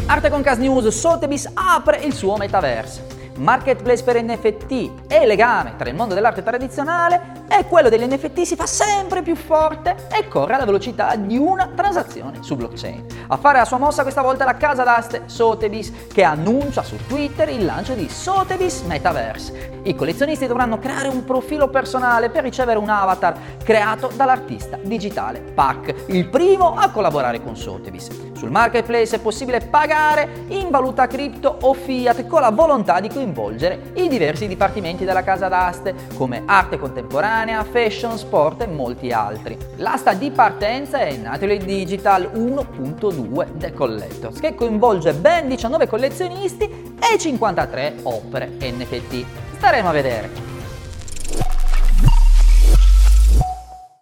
Arte Concast News, Sotheby's apre il suo metaverse. Marketplace per NFT e il legame tra il mondo dell'arte tradizionale e quello degli NFT si fa sempre più forte e corre alla velocità di una transazione su blockchain. A fare la sua mossa questa volta è la casa d'aste Sotheby's, che annuncia su Twitter il lancio di Sotheby's Metaverse. I collezionisti dovranno creare un profilo personale per ricevere un avatar creato dall'artista digitale Pak, il primo a collaborare con Sotheby's. Sul marketplace è possibile pagare in valuta cripto o fiat con la volontà di coinvolgere i diversi dipartimenti della casa d'aste come arte contemporanea, fashion, sport e molti altri. L'asta di partenza è Naturally Digital 1.2 The Collectors, che coinvolge ben 19 collezionisti e 53 opere NFT. Staremo a vedere.